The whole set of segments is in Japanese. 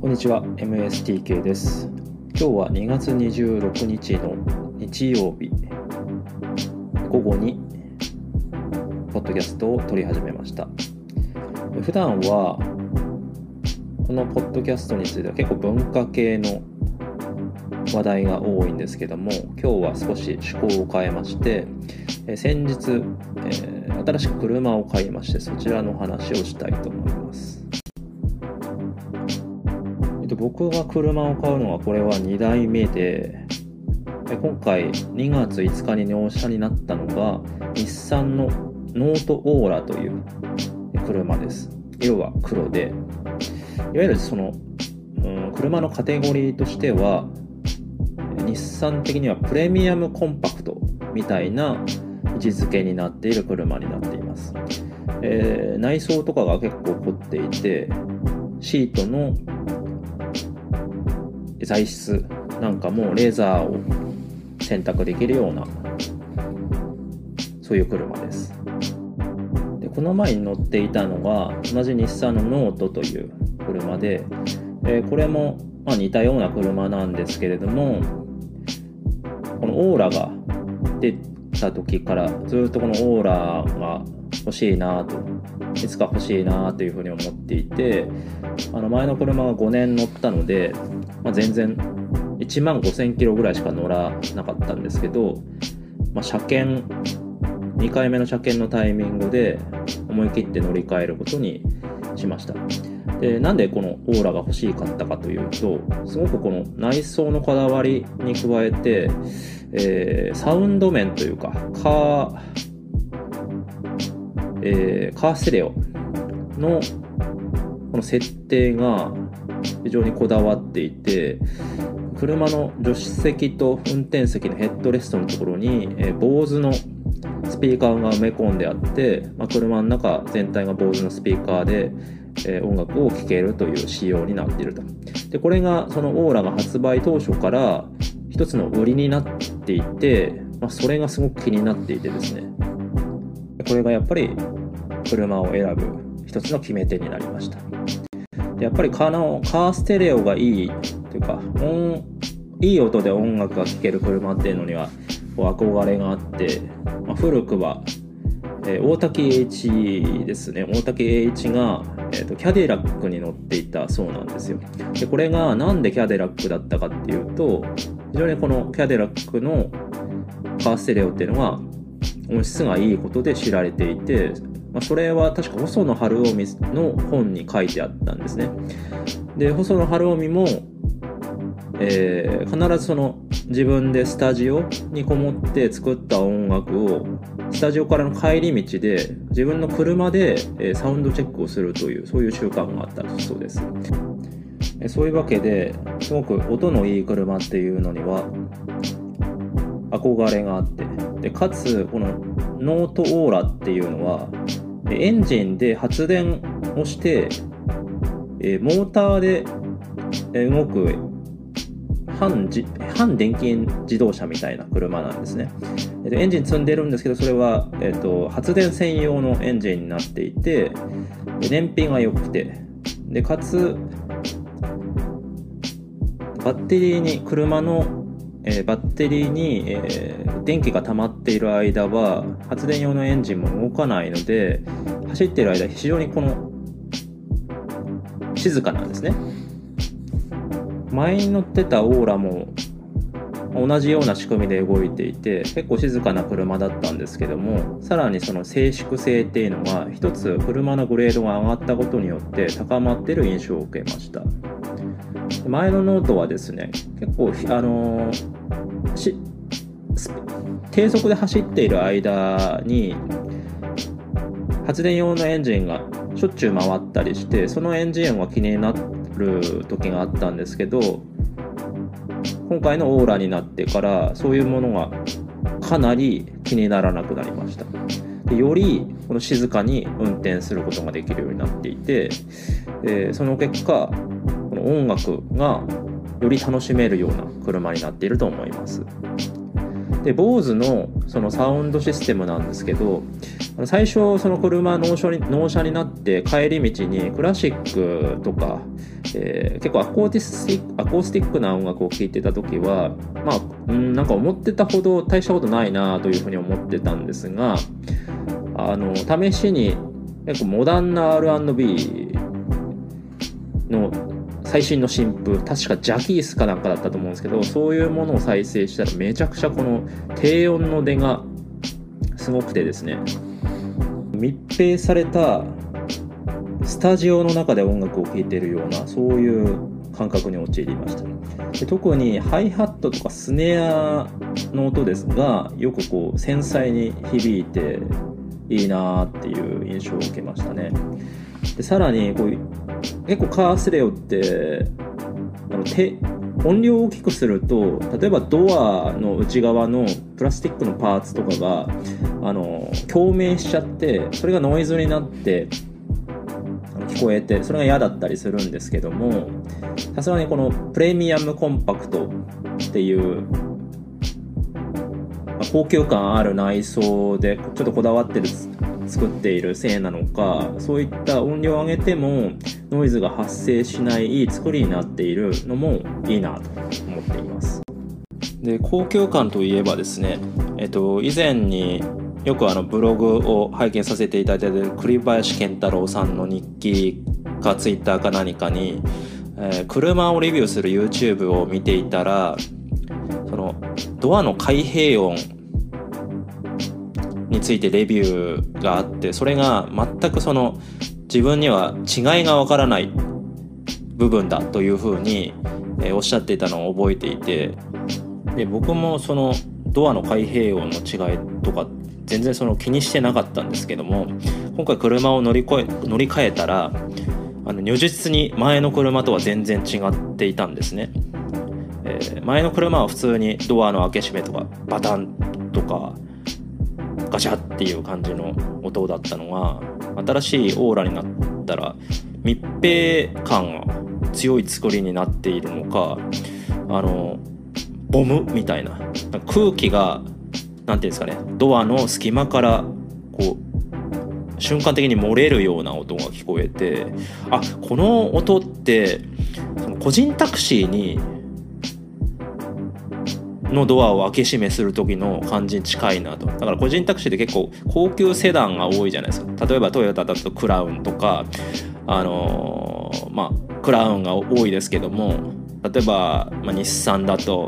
こんにちは、MSTK です。今日は2月26日の日曜日午後にポッドキャストを撮り始めました。普段はこのポッドキャストについては結構文化系の話題が多いんですけども、今日は少し趣向を変えまして、先日、新しく車を買いまして、そちらの話をしたいと思います。僕が車を買うのはこれは2台目で、今回2月5日に納車になったのが日産のノートオーラという車です。色は黒で、いわゆるその、車のカテゴリーとしては日産的にはプレミアムコンパクトみたいな位置づけになっている車になっています。内装とかが結構凝っていて、シートの材質なんかもレーザーを選択できるような、そういう車です。で、この前に乗っていたのが同じ日産のノートという車で、これも似たような車なんですけれども、このオーラが出た時からずっとこのオーラが欲しいなと、いつか欲しいなというふうに思っていて、前の車が5年乗ったので、全然1万5000キロぐらいしか乗らなかったんですけど、車検2回目の車検のタイミングで思い切って乗り換えることにしました。で、なんでこのオーラが欲しかったかというと、すごくこの内装のこだわりに加えて、サウンド面というかカーステレオのこの設定が非常にこだわっていて、車の助手席と運転席のヘッドレストのところにBOSEのスピーカーが埋め込んであって、車の中全体がBOSEのスピーカーで音楽を聴けるという仕様になっていると。で、これがそのオーラが発売当初から一つの売りになっていて、それがすごく気になっていてですね、これがやっぱり車を選ぶ一つの決め手になりました。で、やっぱりカーステレオがいいというか、いい音で音楽が聴ける車っていうのには憧れがあって、古くは大滝栄一ですね。大滝栄一が、キャデラックに乗っていたそうなんですよ。で、これがなんでキャデラックだったかっていうと、非常にこのキャデラックのカーステレオっていうのが音質がいいことで知られていて、それは確か細野晴臣の本に書いてあったんですね。で、細野晴臣も、必ずその自分でスタジオにこもって作った音楽をスタジオからの帰り道で自分の車でサウンドチェックをするという、そういう習慣があったそうです。そういうわけですごく音のいい車っていうのには憧れがあって、でかつこのノートオーラっていうのはエンジンで発電をしてモーターで動く半電気自動車みたいな車なんですね。エンジン積んでるんですけど、それは、発電専用のエンジンになっていて、燃費が良くて、でかつ車のバッテリーに、電気が溜まっている間は発電用のエンジンも動かないので、走っている間非常に静かなんですね。前に乗ってたオーラも同じような仕組みで動いていて、結構静かな車だったんですけども、さらにその静粛性っていうのが一つ車のグレードが上がったことによって高まっている印象を受けました。前のノートはですね、結構低速で走っている間に発電用のエンジンがしょっちゅう回ったりして、そのエンジン音が気になる時があったんですけど、今回のオーラになってからそういうものがかなり気にならなくなりました。で、よりこの静かに運転することができるようになっていて、その結果この音楽がより楽しめるような車になっていると思います。 で BOSE のそのサウンドシステムなんですけど、最初その車納車になって帰り道にクラシックとか、結構アコースティックな音楽を聴いてた時はなんか思ってたほど大したことないなというふうに思ってたんですが、試しに結構モダンな R&B の最新の新譜、確かジャキースかなんかだったと思うんですけど、そういうものを再生したらめちゃくちゃこの低音の出がすごくてですね、密閉されたスタジオの中で音楽を聴いているような、そういう感覚に陥りました。で特にハイハットとかスネアの音ですが、よくこう繊細に響いていいなっていう印象を受けましたね。でさらにこう結構カーステレオって音量を大きくすると、例えばドアの内側のプラスチックのパーツとかが共鳴しちゃって、それがノイズになって聞こえて、それが嫌だったりするんですけども、さすがにこのプレミアムコンパクトっていう高級感ある内装でちょっとこだわって作っているせいなのか、そういった音量を上げてもノイズが発生しないいい作りになっているのもいいなと思っています。で高級感といえばですね、以前によくブログを拝見させていただいている栗林健太郎さんの日記かツイッターか何かに、車をレビューする YouTube を見ていたら、そのドアの開閉音についてレビューがあって、それが全くその自分には違いがわからない部分だというふうにおっしゃっていたのを覚えていて、で僕もそのドアの開閉音の違いとか全然その気にしてなかったんですけども、今回車を乗り換えたら如実に前の車とは全然違っていたんですね。前の車は普通にドアの開け閉めとかバタンとかガチャっていう感じの音だったのが、新しいオーラになったら密閉感が強い作りになっているのか、ボムみたいな空気がなんていうんですかね、ドアの隙間からこう瞬間的に漏れるような音が聞こえて、この音ってその個人タクシーのドアを開け閉めする時の感じに近いなと。だから個人タクシーって結構高級セダンが多いじゃないですか。例えばトヨタだとクラウンとかクラウンが多いですけども、例えば、日産だと、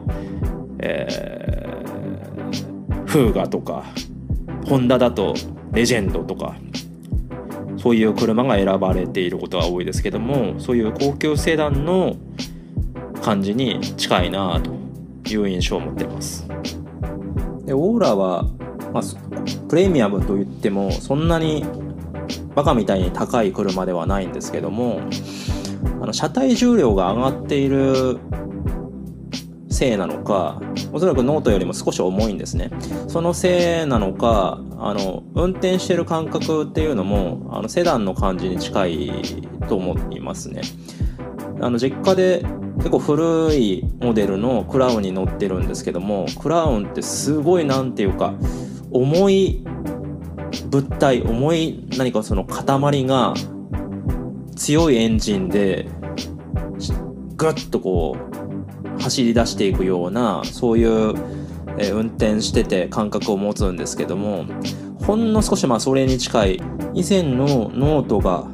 フーガとか、ホンダだとレジェンドとか、そういう車が選ばれていることが多いですけども、そういう高級セダンの感じに近いなという印象を持っています。でオーラは、プレミアムといってもそんなにバカみたいに高い車ではないんですけども、車体重量が上がっているせいなのか、おそらくノートよりも少し重いんですね。そのせいなのか、運転してる感覚っていうのもセダンの感じに近いと思いますね。実家で結構古いモデルのクラウンに乗ってるんですけども、クラウンってすごいなんていうか重い物体、重い何かその塊が強いエンジンでグッとこう走り出していくような、そういう運転してて感覚を持つんですけども、ほんの少しそれに近い以前のノートが、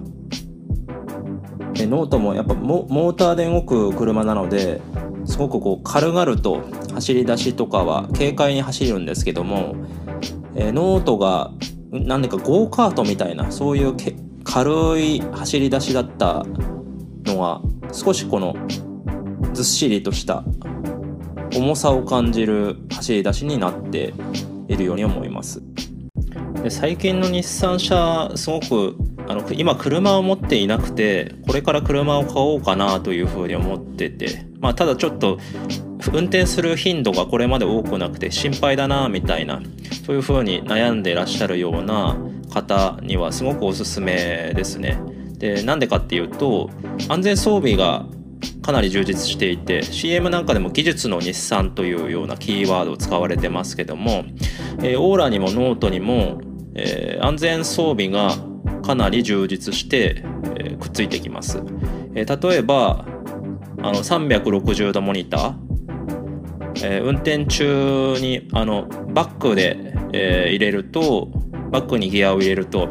ノートもやっぱモーターで動く車なので、すごくこう軽々と走り出しとかは軽快に走るんですけども、ノートが何かゴーカートみたいな、そういう軽い走り出しだったのが少しこのずっしりとした重さを感じる走り出しになっているように思います。で最近の日産車すごく今車を持っていなくて、これから車を買おうかなというふうに思ってて、ただちょっと運転する頻度がこれまで多くなくて心配だなみたいな、そういうふうに悩んでいらっしゃるような方にはすごくおすすめですね。でなんでかっていうと、安全装備がかなり充実していて、 CM なんかでも技術の日産というようなキーワードを使われてますけども、オーラにもノートにも、安全装備がかなり充実して、くっついてきます。例えば360度モニター、運転中にバックで、入れると、バックにギアを入れると、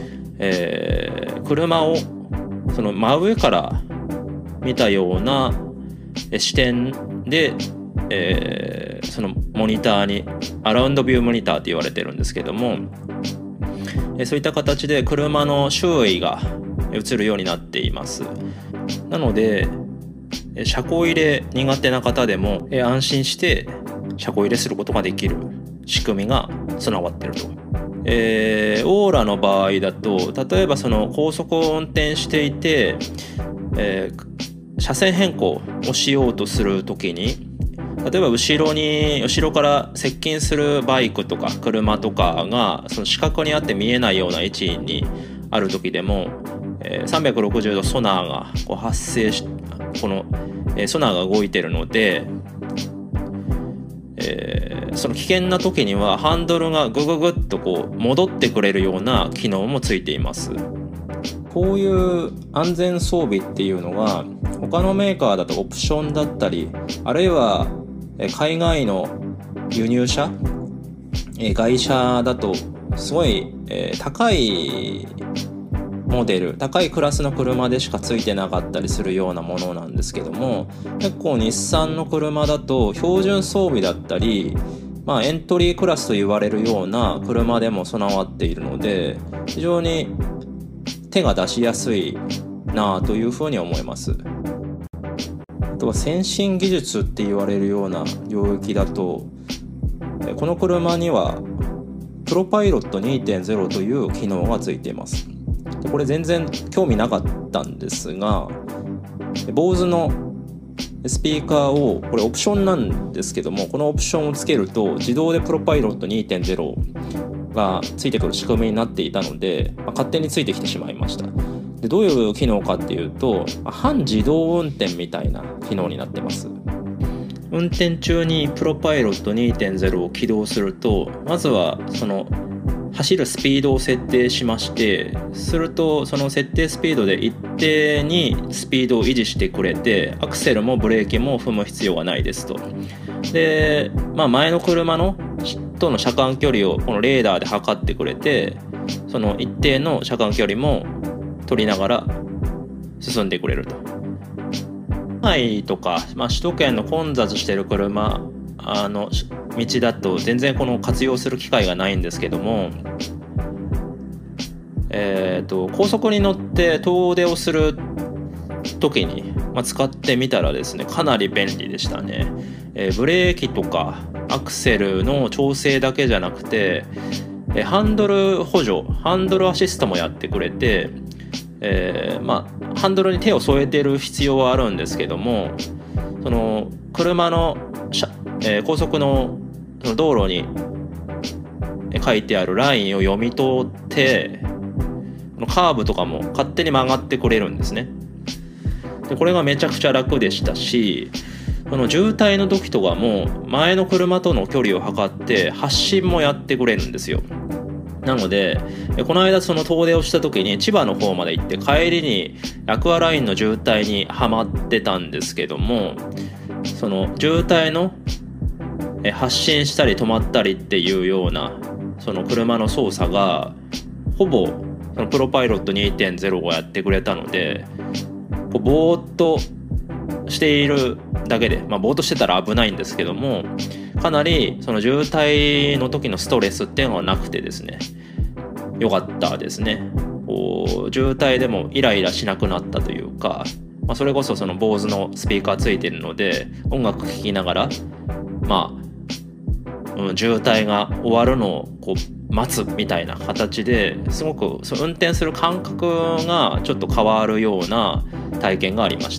車をその真上から見たような視点で、そのモニターにアラウンドビューモニターって言われてるんですけども、そういった形で車の周囲が映るようになっています。なので車庫入れ苦手な方でも安心して車庫入れすることができる仕組みが備わっていると。オーラの場合だと、例えばその高速を運転していて、車線変更をしようとするときに、例えば後ろから接近するバイクとか車とかがその視覚にあって見えないような位置にある時でも、360度ソナーがこう発生し、この、ソナーが動いてるので、その危険な時にはハンドルがグググッとこう戻ってくれるような機能もついています。こういう安全装備っていうのが他のメーカーだとオプションだったり、あるいは海外の輸入車、外車だとすごい高いモデル、高いクラスの車でしかついてなかったりするようなものなんですけども、結構日産の車だと標準装備だったり、エントリークラスと言われるような車でも備わっているので、非常に手が出しやすいなというふうに思います。あとは先進技術って言われるような領域だと、この車にはプロパイロット 2.0 という機能がついています。でこれ全然興味なかったんですが、BOSE のスピーカーを、これオプションなんですけども、このオプションをつけると自動でプロパイロット 2.0 がついてくる仕組みになっていたので、勝手についてきてしまいました。でどういう機能かっていうと、半自動運転みたいな機能になってます。運転中にプロパイロット 2.0 を起動すると、まずはその走るスピードを設定しまして、するとその設定スピードで一定にスピードを維持してくれて、アクセルもブレーキも踏む必要がないですと。で、前の車のとの車間距離をこのレーダーで測ってくれて、その一定の車間距離も取りながら進んでくれると。都内とか、首都圏の混雑している車道だと全然この活用する機会がないんですけども、高速に乗って遠出をする時に、使ってみたらですね、かなり便利でしたね。ブレーキとかアクセルの調整だけじゃなくて、ハンドル補助、ハンドルアシストもやってくれて、ハンドルに手を添えてる必要はあるんですけども、その車の高速の道路に書いてあるラインを読み取って、カーブとかも勝手に曲がってくれるんですね。でこれがめちゃくちゃ楽でしたし、この渋滞の時とかも前の車との距離を測って発進もやってくれるんですよ。なのでこの間その遠出をした時に千葉の方まで行って、帰りにアクアラインの渋滞にはまってたんですけども、その渋滞の発進したり止まったりっていうようなその車の操作がほぼそのプロパイロット 2.0 をやってくれたので、こうぼーっとしているだけで、ぼーっとしてたら危ないんですけども、かなりその渋滞の時のストレスっていうのはなくてですね、良かったですね。こう渋滞でもイライラしなくなったというか、それこそその BOSE のスピーカーついてるので音楽聴きながら渋滞が終わるのをこう待つみたいな形で、すごく運転する感覚がちょっと変わるような体験がありました。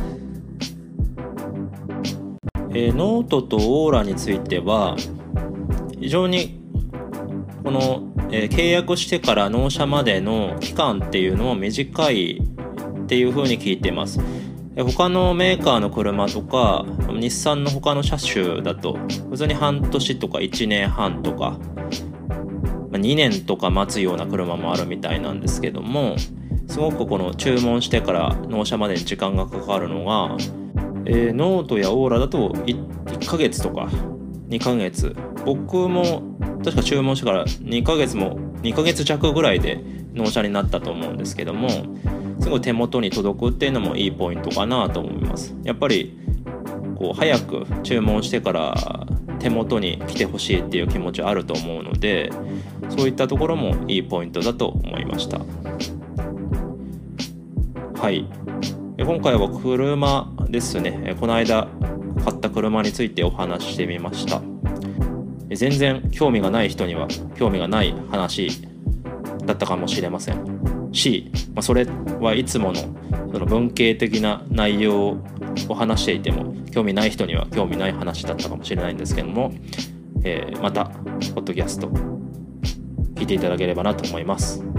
ノートとオーラについては非常にこの、契約してから納車までの期間っていうのも短いっていう風に聞いています。 他のメーカーの車とか日産の他の車種だと普通に半年とか1年半とか2年とか待つような車もあるみたいなんですけども、すごくこの注文してから納車までに時間がかかるのが、ノートやオーラだと 1ヶ月とか2ヶ月、僕も確か注文してから2ヶ月弱ぐらいで納車になったと思うんですけども、すごい手元に届くっていうのもいいポイントかなと思います。やっぱりこう早く注文してから手元に来てほしいっていう気持ちあると思うので、そういったところもいいポイントだと思いました。はい、今回は車ですね。この間買った車についてお話ししてみました。全然興味がない人には興味がない話だったかもしれませんし、それはいつものその文系的な内容を話していても興味ない人には興味ない話だったかもしれないんですけども、またポッドキャスト聞いていただければなと思います。